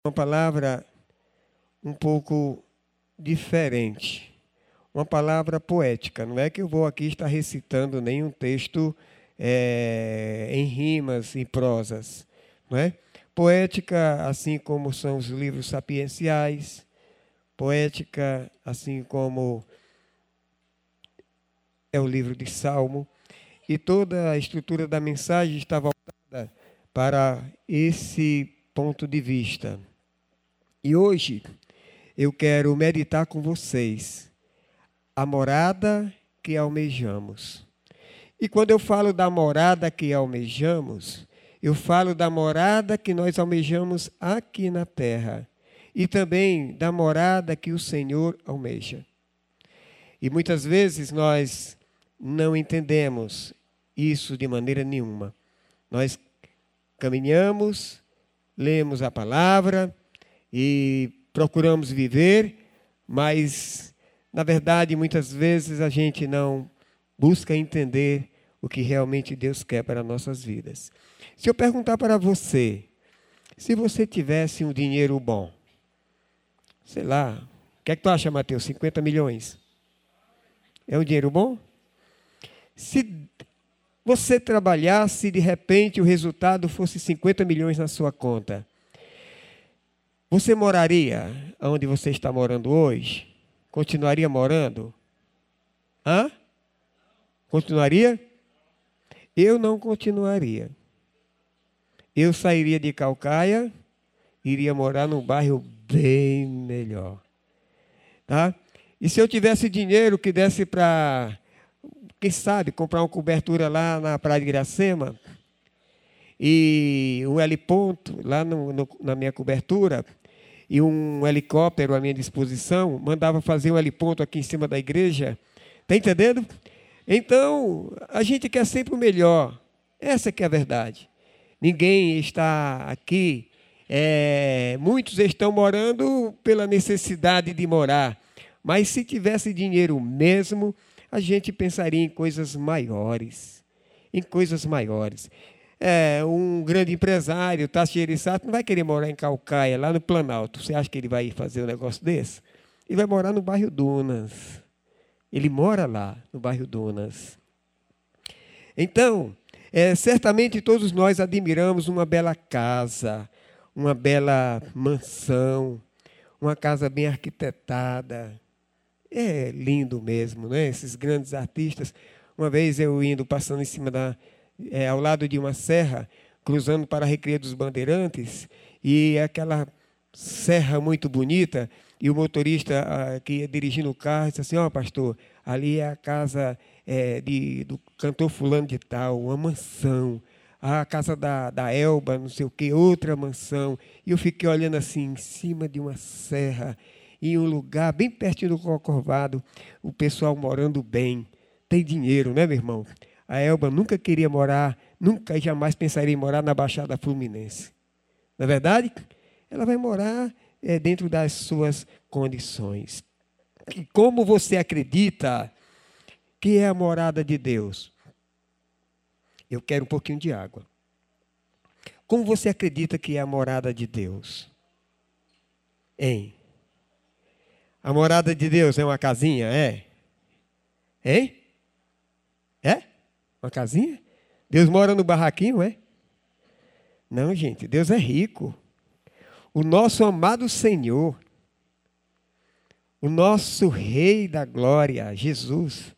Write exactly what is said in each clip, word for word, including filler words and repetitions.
Uma palavra um pouco diferente, uma palavra poética. Não é que eu vou aqui estar recitando nenhum texto é, em rimas e prosas, não é? Poética, assim como são os livros sapienciais, poética, assim como é o livro de Salmo, e toda a estrutura da mensagem está voltada para esse ponto de vista. E hoje eu quero meditar com vocês a morada que almejamos. E quando eu falo da morada que almejamos, eu falo da morada que nós almejamos aqui na terra e também da morada que o Senhor almeja. E muitas vezes nós não entendemos isso de maneira nenhuma. Nós caminhamos, lemos a palavra e procuramos viver, mas, na verdade, muitas vezes a gente não busca entender o que realmente Deus quer para nossas vidas. Se eu perguntar para você, se você tivesse um dinheiro bom, sei lá, o que é que tu acha, Mateus? cinquenta milhões? É um dinheiro bom? Se você trabalhasse e de repente o resultado fosse cinquenta milhões na sua conta, você moraria onde você está morando hoje? Continuaria morando? Hã? Continuaria? Eu não continuaria. Eu sairia de Caucaia, iria morar num bairro bem melhor. Tá? E se eu tivesse dinheiro que desse para, quem sabe, comprar uma cobertura lá na Praia de Iracema, e um heliponto lá no, no, na minha cobertura, e um helicóptero à minha disposição, mandava fazer um heliponto aqui em cima da igreja. Está entendendo? Então, a gente quer sempre o melhor. Essa que é a verdade. Ninguém está aqui, é, muitos estão morando pela necessidade de morar. Mas se tivesse dinheiro mesmo, a gente pensaria em coisas maiores. Em coisas maiores. É, um grande empresário, Tasso Gereissati, não vai querer morar em Caucaia, lá no Planalto. Você acha que ele vai fazer um negócio desse? Ele vai morar no bairro Dunas. Ele mora lá, no bairro Dunas. Então, é, certamente todos nós admiramos uma bela casa, uma bela mansão, uma casa bem arquitetada. É lindo mesmo, né? Esses grandes artistas. Uma vez eu indo, passando em cima da... É, ao lado de uma serra, cruzando para a Recreio dos Bandeirantes, e aquela serra muito bonita, e o motorista ah, que ia dirigindo o carro disse assim: ó, oh, pastor, ali é a casa é, de, do cantor fulano de tal, uma mansão, a casa da, da Elba, não sei o quê, outra mansão. E eu fiquei olhando assim, em cima de uma serra, em um lugar bem pertinho do Corcovado, o pessoal morando bem. Tem dinheiro, né, meu irmão? A Elba nunca queria morar, nunca e jamais pensaria em morar na Baixada Fluminense. Não é verdade? Ela vai morar é, dentro das suas condições. E como você acredita que é a morada de Deus? Eu quero um pouquinho de água. Como você acredita que é a morada de Deus? Hein? A morada de Deus é uma casinha? É? Hein? É? Uma casinha? Deus mora no barraquinho, é? Não, gente, Deus é rico. O nosso amado Senhor, o nosso Rei da Glória, Jesus,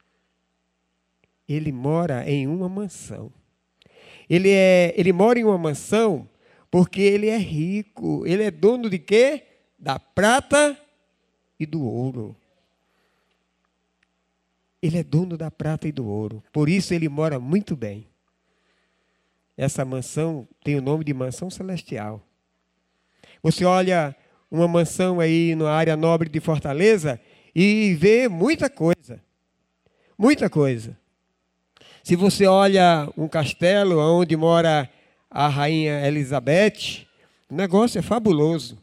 ele mora em uma mansão. Ele, é, ele mora em uma mansão porque ele é rico. Ele é dono de quê? Da prata e do ouro. Ele é dono da prata e do ouro. Por isso ele mora muito bem. Essa mansão tem o nome de Mansão Celestial. Você olha uma mansão aí na área nobre de Fortaleza e vê muita coisa. Muita coisa. Se você olha um castelo onde mora a rainha Elizabeth, o negócio é fabuloso.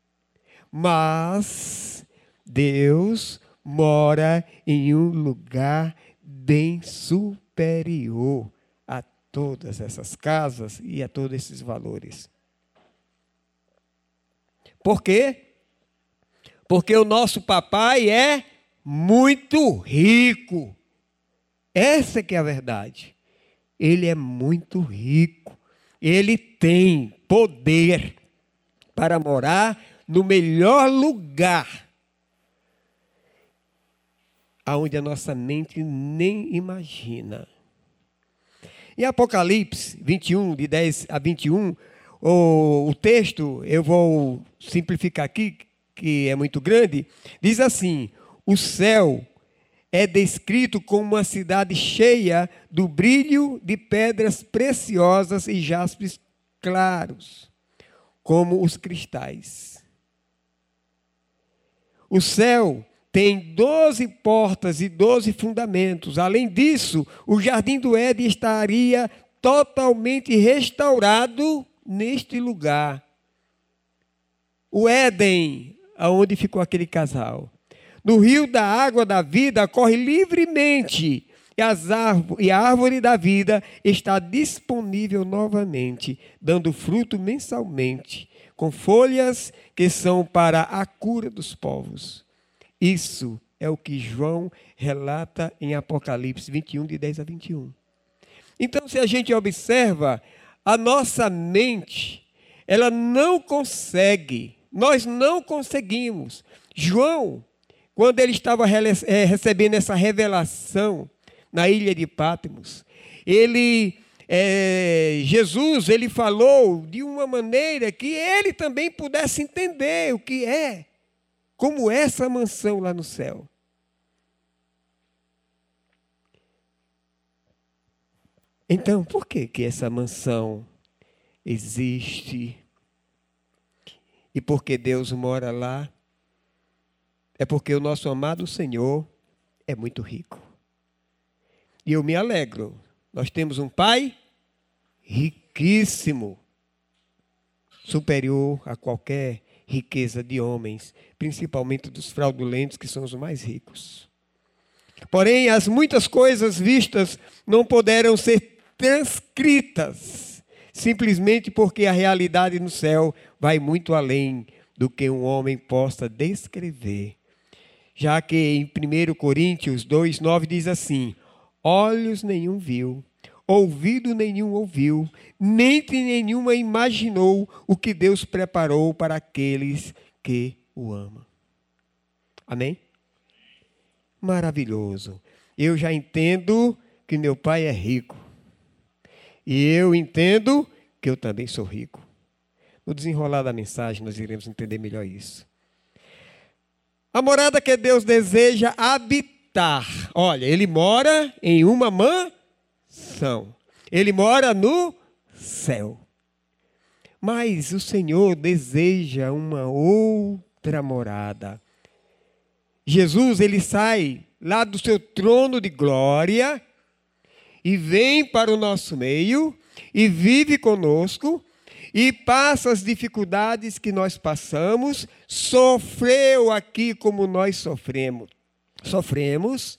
Mas Deus mora em um lugar bem superior a todas essas casas e a todos esses valores. Por quê? Porque o nosso papai é muito rico. Essa que é a verdade. Ele é muito rico. Ele tem poder para morar no melhor lugar, aonde a nossa mente nem imagina. Em Apocalipse vinte e um, de dez a vinte e um, o, o texto, eu vou simplificar aqui, que é muito grande, diz assim: o céu é descrito como uma cidade cheia do brilho de pedras preciosas e jaspes claros, como os cristais. O céu tem doze portas e doze fundamentos. Além disso, o jardim do Éden estaria totalmente restaurado neste lugar. O Éden, aonde ficou aquele casal. No rio da água da vida corre livremente e, as árvores, e a árvore da vida está disponível novamente, dando fruto mensalmente, com folhas que são para a cura dos povos. Isso é o que João relata em Apocalipse vinte e um, de dez a vinte e um. Então, se a gente observa, a nossa mente, ela não consegue, nós não conseguimos. João, quando ele estava recebendo essa revelação na ilha de Patmos, ele, é, Jesus, ele falou de uma maneira que ele também pudesse entender o que é, como é essa mansão lá no céu. Então, por que que essa mansão existe? E por que Deus mora lá? É porque o nosso amado Senhor é muito rico. E eu me alegro. Nós temos um Pai riquíssimo, superior a qualquer riqueza de homens, principalmente dos fraudulentos, que são os mais ricos. Porém, as muitas coisas vistas não poderão ser transcritas, simplesmente porque a realidade no céu vai muito além do que um homem possa descrever. Já que em primeira Coríntios dois, nove diz assim: olhos nenhum viu, ouvido nenhum ouviu, mente nenhuma imaginou o que Deus preparou para aqueles que o amam. Amém? Maravilhoso. Eu já entendo que meu pai é rico. E eu entendo que eu também sou rico. No desenrolar da mensagem, nós iremos entender melhor isso. A morada que Deus deseja habitar. Olha, ele mora em uma mansão. Ele mora no céu. Mas o Senhor deseja uma outra morada. Jesus, ele sai lá do seu trono de glória e vem para o nosso meio e vive conosco e passa as dificuldades que nós passamos, sofreu aqui como nós sofremos. Sofremos.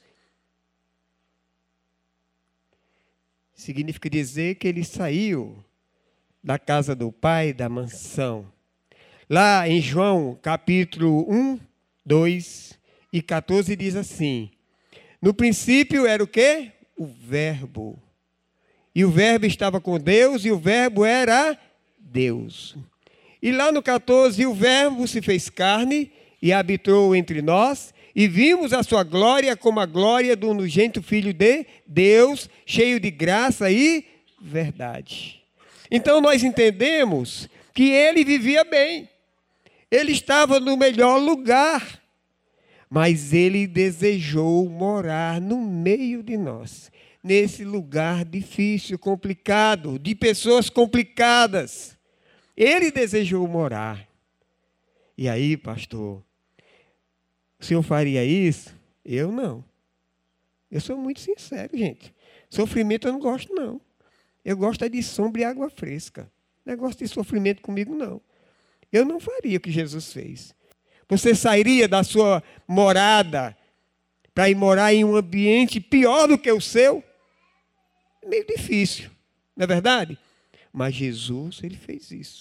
Significa dizer que ele saiu da casa do Pai, da mansão. Lá em João, capítulo um, dois e quatorze, diz assim: no princípio era o quê? O Verbo. E o Verbo estava com Deus, e o Verbo era Deus. E lá no quatorze, o Verbo se fez carne e habitou entre nós, e vimos a sua glória como a glória do unigênito Filho de Deus, cheio de graça e verdade. Então nós entendemos que ele vivia bem, ele estava no melhor lugar, mas ele desejou morar no meio de nós, nesse lugar difícil, complicado, de pessoas complicadas. Ele desejou morar. E aí, pastor, o senhor faria isso? Eu não. Eu sou muito sincero, gente. Sofrimento eu não gosto, não. Eu gosto é de sombra e água fresca. Negócio de sofrimento comigo, não. Eu não faria o que Jesus fez. Você sairia da sua morada para ir morar em um ambiente pior do que o seu? É meio difícil, não é verdade? Mas Jesus, ele fez isso.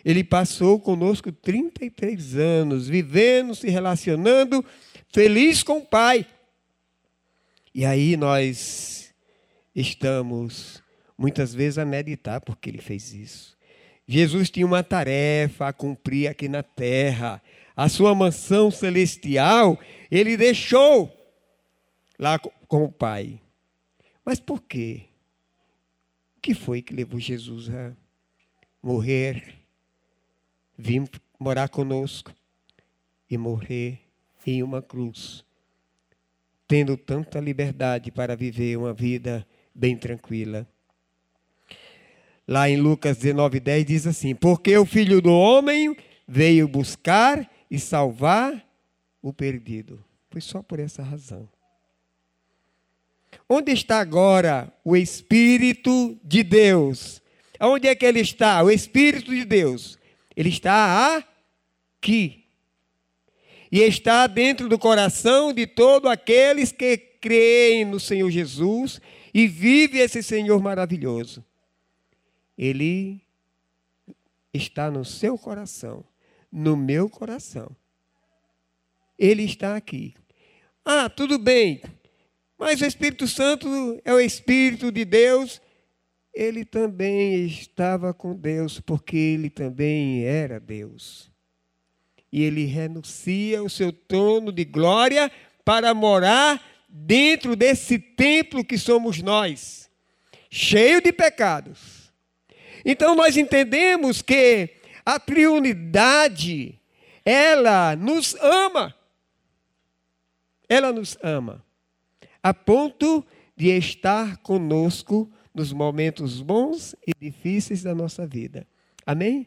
Ele passou conosco trinta e três anos, vivendo, se relacionando, feliz com o Pai. E aí nós estamos, muitas vezes, a meditar porque Ele fez isso. Jesus tinha uma tarefa a cumprir aqui na terra. A sua mansão celestial, Ele deixou lá com o Pai. Mas por quê? O que foi que levou Jesus a morrer, vir morar conosco e morrer em uma cruz, tendo tanta liberdade para viver uma vida bem tranquila? Lá em Lucas dezenove, dez diz assim: porque o Filho do Homem veio buscar e salvar o perdido. Foi só por essa razão. Onde está agora o Espírito de Deus? Onde é que Ele está? O Espírito de Deus. Ele está aqui. E está dentro do coração de todos aqueles que creem no Senhor Jesus e vivem esse Senhor maravilhoso. Ele está no seu coração, no meu coração. Ele está aqui. Ah, tudo bem, mas o Espírito Santo é o Espírito de Deus. Ele também estava com Deus, porque ele também era Deus. E ele renuncia o seu trono de glória para morar dentro desse templo que somos nós, cheio de pecados. Então nós entendemos que a triunidade, ela nos ama. Ela nos ama, a ponto de estar conosco nos momentos bons e difíceis da nossa vida. Amém?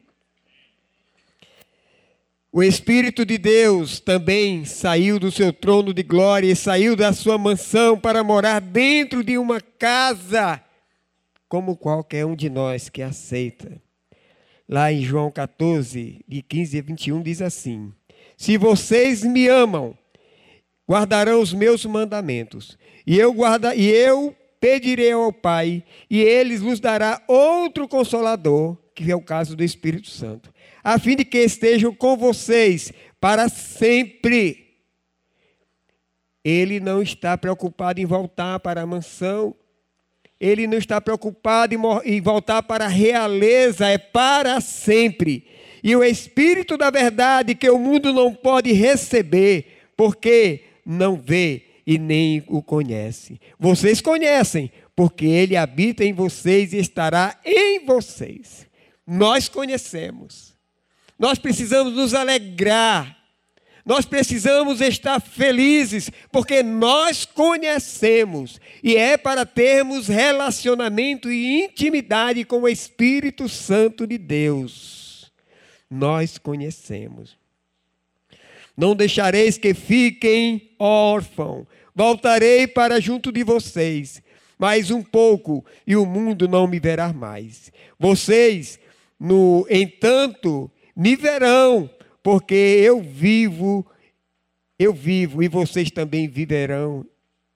O Espírito de Deus também saiu do seu trono de glória e saiu da sua mansão para morar dentro de uma casa, como qualquer um de nós que aceita. Lá em João catorze, de quinze a vinte e um, diz assim: se vocês me amam, guardarão os meus mandamentos, e eu, guarda, e eu pedirei ao Pai, e Ele vos dará outro Consolador, que é o caso do Espírito Santo, a fim de que estejam com vocês para sempre. Ele não está preocupado em voltar para a mansão, Ele não está preocupado em, em voltar para a realeza, é para sempre. E o Espírito da verdade que o mundo não pode receber, porque não vê e nem o conhece. Vocês conhecem, porque Ele habita em vocês e estará em vocês. Nós conhecemos. Nós precisamos nos alegrar. Nós precisamos estar felizes, porque nós conhecemos. E é para termos relacionamento e intimidade com o Espírito Santo de Deus. Nós conhecemos. Não deixareis que fiquem órfãos. Voltarei para junto de vocês. Mais um pouco, e o mundo não me verá mais. Vocês, no entanto, me verão, porque eu vivo, eu vivo, e vocês também viverão.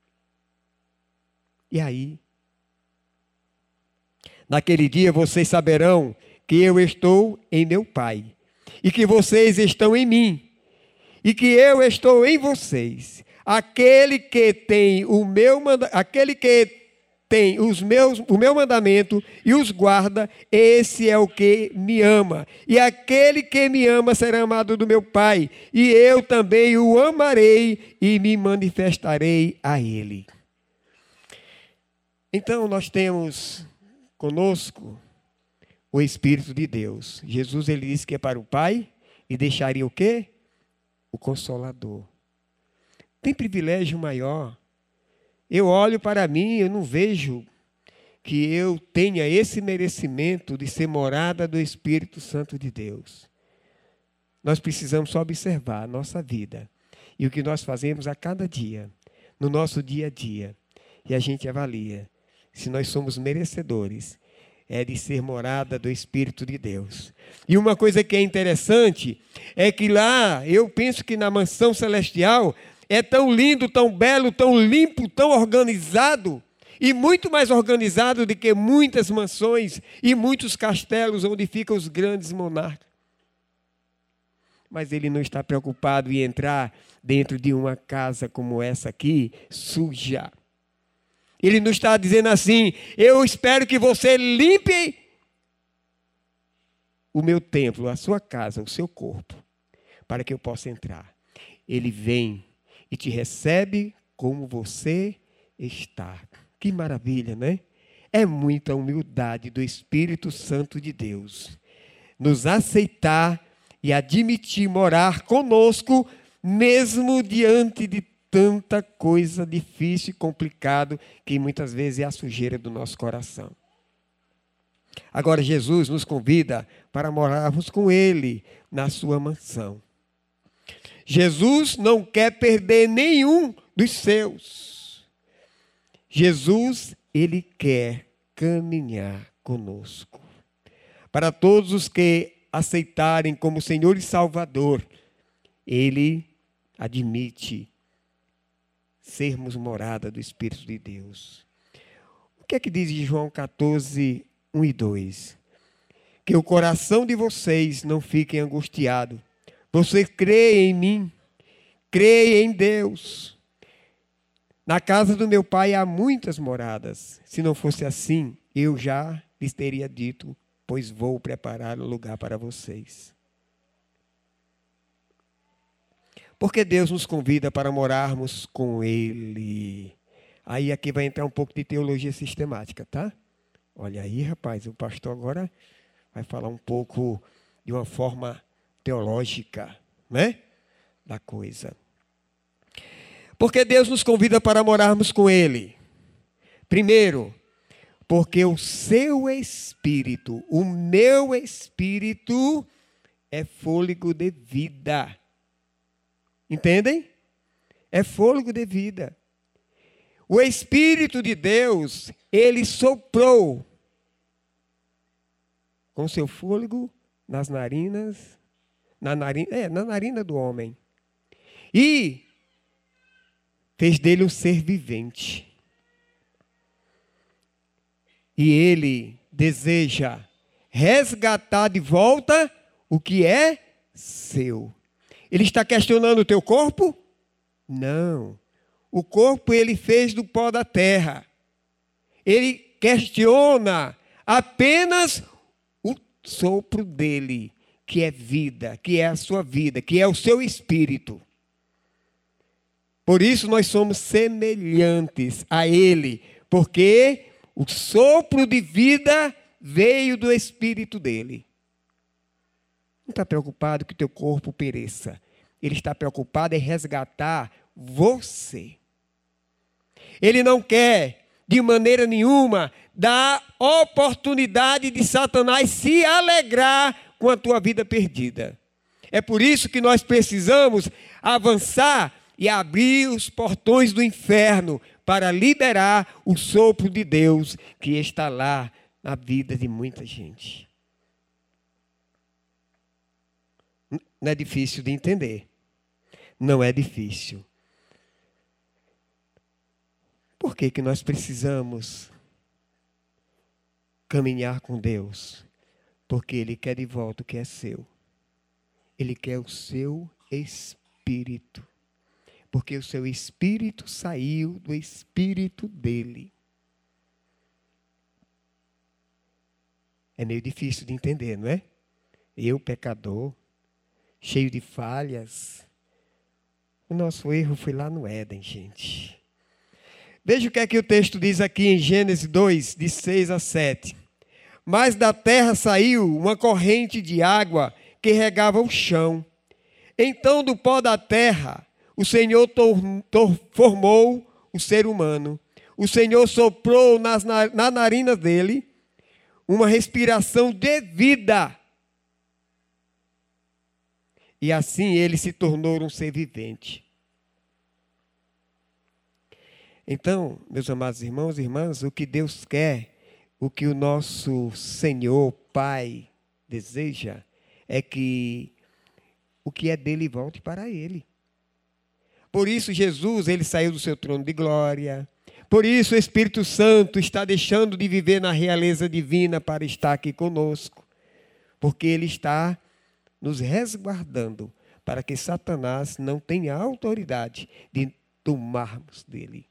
E aí? Naquele dia vocês saberão que eu estou em meu Pai, e que vocês estão em mim, e que eu estou em vocês. Aquele que tem o meu manda, aquele que tem os meus, o meu mandamento e os guarda, esse é o que me ama. E aquele que me ama será amado do meu Pai, e eu também o amarei e me manifestarei a ele. Então nós temos conosco o Espírito de Deus. Jesus, ele disse que é para o Pai e deixaria o quê? O Consolador. Tem privilégio maior. Eu olho para mim, eu não vejo que eu tenha esse merecimento de ser morada do Espírito Santo de Deus. Nós precisamos só observar a nossa vida e o que nós fazemos a cada dia, no nosso dia a dia. E a gente avalia se nós somos merecedores é de ser morada do Espírito de Deus. E uma coisa que é interessante é que lá, eu penso que na mansão celestial é tão lindo, tão belo, tão limpo, tão organizado, e muito mais organizado do que muitas mansões e muitos castelos onde ficam os grandes monarcas. mas Ele não está preocupado em entrar dentro de uma casa como essa aqui, suja. Ele não está dizendo assim, eu espero que você limpe o meu templo, a sua casa, o seu corpo, para que eu possa entrar. Ele vem e te recebe como você está. Que maravilha, né? É muita humildade do Espírito Santo de Deus. Nos aceitar e admitir morar conosco, mesmo diante de tanta coisa difícil e complicado, que muitas vezes é a sujeira do nosso coração. Agora Jesus nos convida para morarmos com Ele na sua mansão. Jesus não quer perder nenhum dos seus. Jesus, Ele quer caminhar conosco. Para todos os que aceitarem como Senhor e Salvador, Ele admite sermos morada do Espírito de Deus. O que é que diz João catorze, um e dois? Que o coração de vocês não fique angustiado. Você crê em mim, crê em Deus. Na casa do meu pai há muitas moradas. Se não fosse assim, eu já lhes teria dito, pois vou preparar um lugar para vocês. Porque Deus nos convida para morarmos com Ele. Aí aqui vai entrar um pouco de teologia sistemática, tá? Olha aí, rapaz, o pastor agora vai falar um pouco de uma forma teológica, né? Da coisa. Porque Deus nos convida para morarmos com Ele. Primeiro, porque o seu Espírito, o meu Espírito, é fôlego de vida. Entendem? É fôlego de vida. O Espírito de Deus, Ele soprou com seu fôlego nas narinas, na narina, é, na narina do homem. E fez dele um ser vivente. E Ele deseja resgatar de volta o que é seu. Ele está questionando o teu corpo? Não. O corpo Ele fez do pó da terra. Ele questiona apenas o sopro dele, que é vida, que é a sua vida, que é o seu espírito. Por isso nós somos semelhantes a Ele, porque o sopro de vida veio do espírito dele. Não está preocupado que o teu corpo pereça. Ele está preocupado em resgatar você. Ele não quer, de maneira nenhuma, dar oportunidade de Satanás se alegrar com a tua vida perdida. É por isso que nós precisamos avançar e abrir os portões do inferno para liberar o sopro de Deus que está lá na vida de muita gente. Não é difícil de entender. Não é difícil. Por que que nós precisamos caminhar com Deus? Porque Ele quer de volta o que é seu. Ele quer o seu espírito. Porque o seu espírito saiu do espírito dele. É meio difícil de entender, não é? Eu, pecador, cheio de falhas. O nosso erro foi lá no Éden, gente. Veja o que é que o texto diz aqui em Gênesis dois, de seis a sete. Mas da terra saiu uma corrente de água que regava o chão. Então do pó da terra o Senhor tor- tor- formou o ser humano. O Senhor soprou nas, na, na narina dele uma respiração de vida. E assim ele se tornou um ser vivente. Então, meus amados irmãos e irmãs, o que Deus quer, o que o nosso Senhor, Pai, deseja, é que o que é dele volte para ele. Por isso Jesus, ele saiu do seu trono de glória. Por isso o Espírito Santo está deixando de viver na realeza divina para estar aqui conosco. Porque ele está nos resguardando para que Satanás não tenha autoridade de tomarmos dele.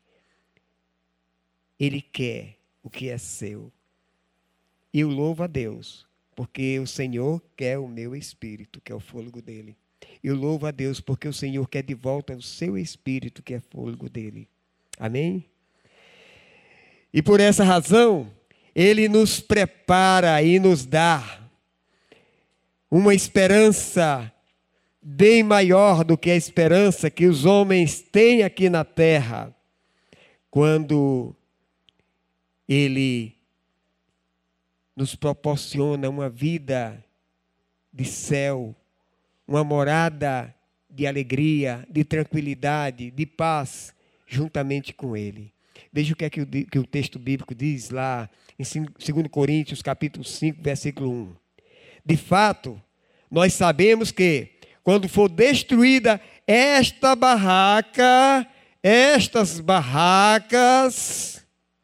Ele quer o que é seu. E eu louvo a Deus, porque o Senhor quer o meu espírito, que é o fôlego dele. Eu louvo a Deus, porque o Senhor quer de volta o seu espírito, que é fôlego dele. Amém? E por essa razão, ele nos prepara e nos dá uma esperança bem maior do que a esperança que os homens têm aqui na terra, quando ele nos proporciona uma vida de céu, uma morada de alegria, de tranquilidade, de paz, juntamente com ele. Veja o que é que o, que o texto bíblico diz lá em dois Coríntios, capítulo cinco, versículo um. De fato, nós sabemos que, quando for destruída esta barraca, estas barracas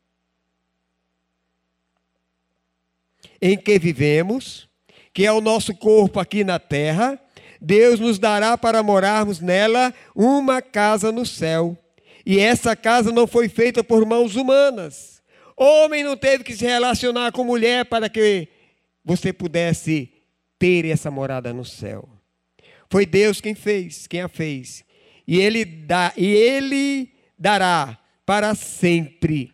em que vivemos, que é o nosso corpo aqui na terra, Deus nos dará para morarmos nela uma casa no céu. E essa casa não foi feita por mãos humanas. Homem não teve que se relacionar com mulher para que você pudesse ter essa morada no céu. Foi Deus quem fez, quem a fez. E Ele, dá, e ele dará para sempre.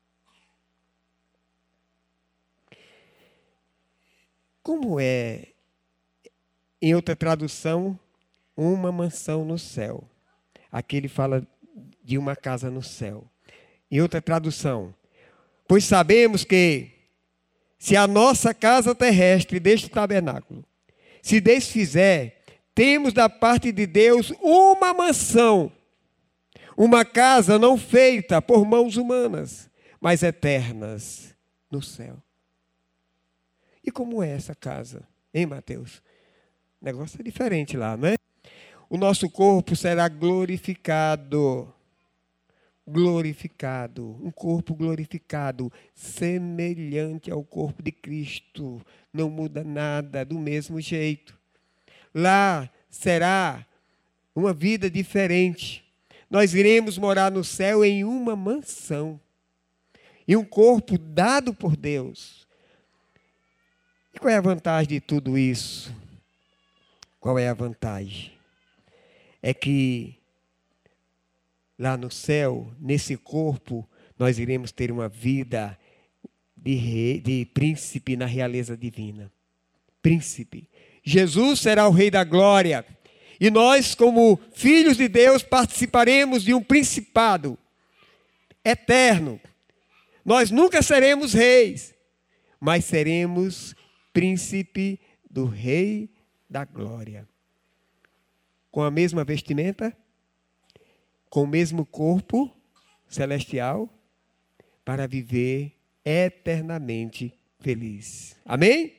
Como é, em outra tradução, uma mansão no céu? Aqui ele fala de uma casa no céu. Em outra tradução, pois sabemos que se a nossa casa terrestre deste tabernáculo se desfizer, temos da parte de Deus uma mansão, uma casa não feita por mãos humanas, mas eternas no céu. E como é essa casa, hein, Mateus? O negócio é diferente lá, não é? O nosso corpo será glorificado. Glorificado. Um corpo glorificado, semelhante ao corpo de Cristo. Não muda nada, do mesmo jeito. Lá será uma vida diferente. Nós iremos morar no céu em uma mansão. E um corpo dado por Deus. E qual é a vantagem de tudo isso? Qual é a vantagem? É que lá no céu, nesse corpo, nós iremos ter uma vida de, rei, de príncipe na realeza divina. Príncipe. Jesus será o Rei da Glória. E nós, como filhos de Deus, participaremos de um principado eterno. Nós nunca seremos reis, mas seremos príncipe do Rei da Glória. Com a mesma vestimenta, com o mesmo corpo celestial, para viver eternamente feliz. Amém?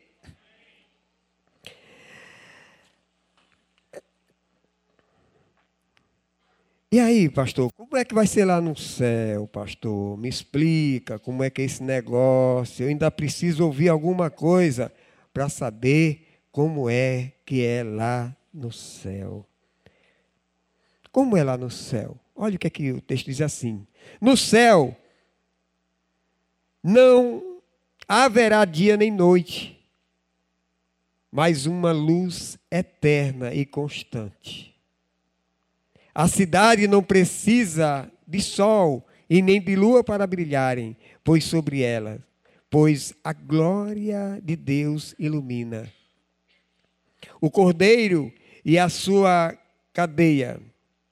E aí, pastor, como é que vai ser lá no céu, pastor? Me explica como é que é esse negócio. Eu ainda preciso ouvir alguma coisa para saber como é que é lá no céu. Como é lá no céu? Olha o que é que o texto diz assim. No céu não haverá dia nem noite, mas uma luz eterna e constante. A cidade não precisa de sol e nem de lua para brilharem, pois sobre ela, pois a glória de Deus ilumina. O cordeiro e a sua cadeia.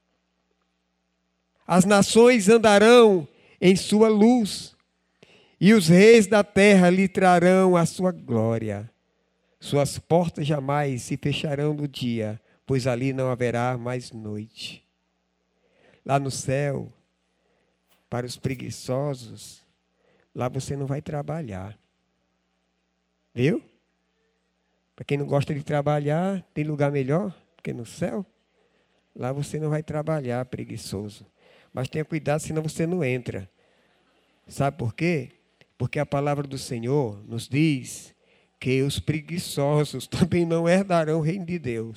As nações andarão em sua luz, e os reis da terra lhe trarão a sua glória. Suas portas jamais se fecharão no dia, pois ali não haverá mais noite. Lá no céu, para os preguiçosos, lá você não vai trabalhar. Viu? Para quem não gosta de trabalhar, tem lugar melhor que no céu. Lá você não vai trabalhar, preguiçoso. Mas tenha cuidado, senão você não entra. Sabe por quê? Porque a palavra do Senhor nos diz que os preguiçosos também não herdarão o reino de Deus.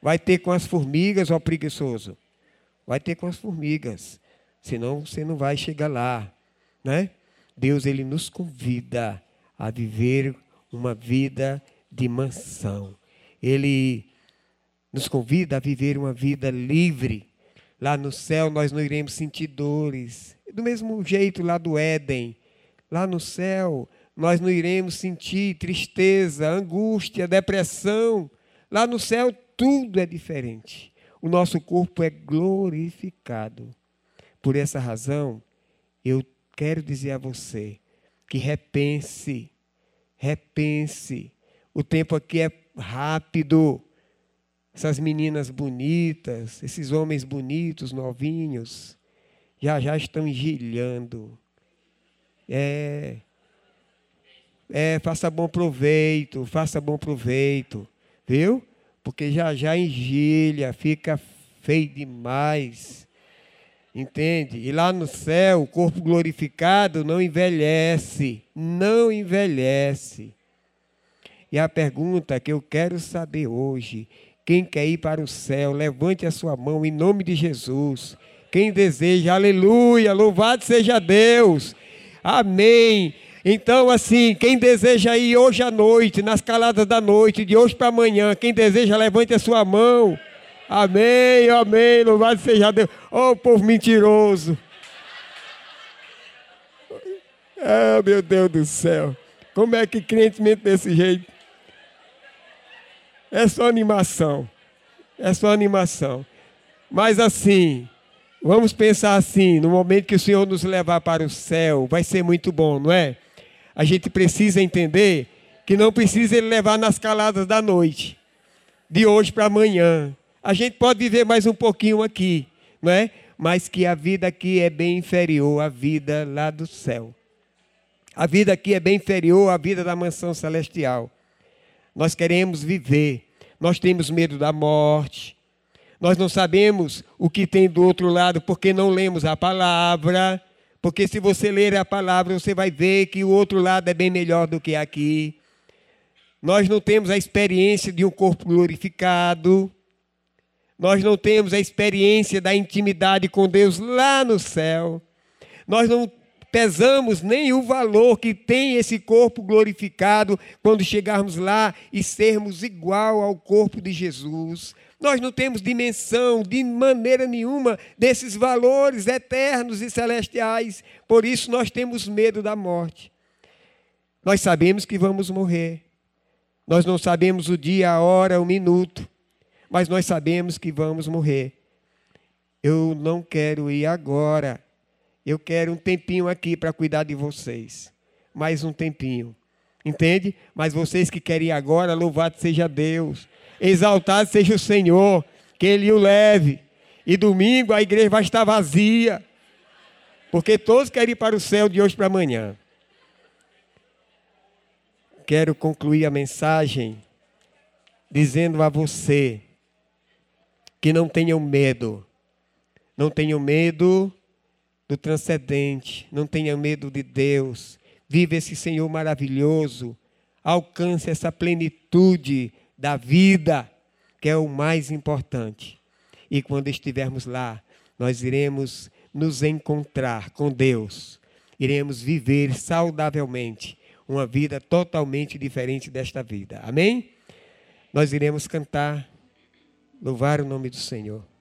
Vai ter com as formigas, ó preguiçoso. Vai ter com as formigas. Senão você não vai chegar lá, né? Deus, ele nos convida a viver uma vida de mansão. Ele nos convida a viver uma vida livre. Lá no céu nós não iremos sentir dores. Do mesmo jeito lá do Éden. Lá no céu nós não iremos sentir tristeza, angústia, depressão. Lá no céu tudo é diferente. O nosso corpo é glorificado. Por essa razão, eu quero dizer a você que repense, repense. O tempo aqui é rápido. Essas meninas bonitas, esses homens bonitos, novinhos, já já estão engilhando. É, é, faça bom proveito, faça bom proveito, viu? Porque já já engilha, fica feio demais. Entende? E lá no céu, o corpo glorificado não envelhece, não envelhece. E a pergunta que eu quero saber hoje, quem quer ir para o céu, levante a sua mão em nome de Jesus. Quem deseja, aleluia, louvado seja Deus. Amém. Então, assim, quem deseja ir hoje à noite, nas caladas da noite, de hoje para amanhã, quem deseja, levante a sua mão. Amém, amém, louvado seja Deus. Oh, povo mentiroso. Ah, meu Deus do céu. Como é que crente mente desse jeito? É só animação. É só animação. Mas assim, vamos pensar assim, no momento que o Senhor nos levar para o céu, vai ser muito bom, não é? A gente precisa entender que não precisa ele levar nas caladas da noite, de hoje para amanhã. A gente pode viver mais um pouquinho aqui, não é? Mas que a vida aqui é bem inferior à vida lá do céu. A vida aqui é bem inferior à vida da mansão celestial. Nós queremos viver, nós temos medo da morte, nós não sabemos o que tem do outro lado porque não lemos a palavra, porque se você ler a palavra você vai ver que o outro lado é bem melhor do que aqui. Nós não temos a experiência de um corpo glorificado, nós não temos a experiência da intimidade com Deus lá no céu, nós não pesamos nem o valor que tem esse corpo glorificado quando chegarmos lá e sermos igual ao corpo de Jesus. Nós não temos dimensão de maneira nenhuma desses valores eternos e celestiais. Por isso nós temos medo da morte. Nós sabemos que vamos morrer. Nós não sabemos o dia, a hora, o minuto, mas nós sabemos que vamos morrer. Eu não quero ir agora. Eu quero um tempinho aqui para cuidar de vocês. Mais um tempinho. Entende? Mas vocês que querem ir agora, louvado seja Deus. Exaltado seja o Senhor, que Ele o leve. E domingo a igreja vai estar vazia. Porque todos querem ir para o céu de hoje para amanhã. Quero concluir a mensagem dizendo a você que não tenham medo. Não tenham medo do transcendente, não tenha medo de Deus, vive esse Senhor maravilhoso, alcance essa plenitude da vida, que é o mais importante. E quando estivermos lá, nós iremos nos encontrar com Deus, iremos viver saudavelmente uma vida totalmente diferente desta vida. Amém? Nós iremos cantar, louvar o nome do Senhor.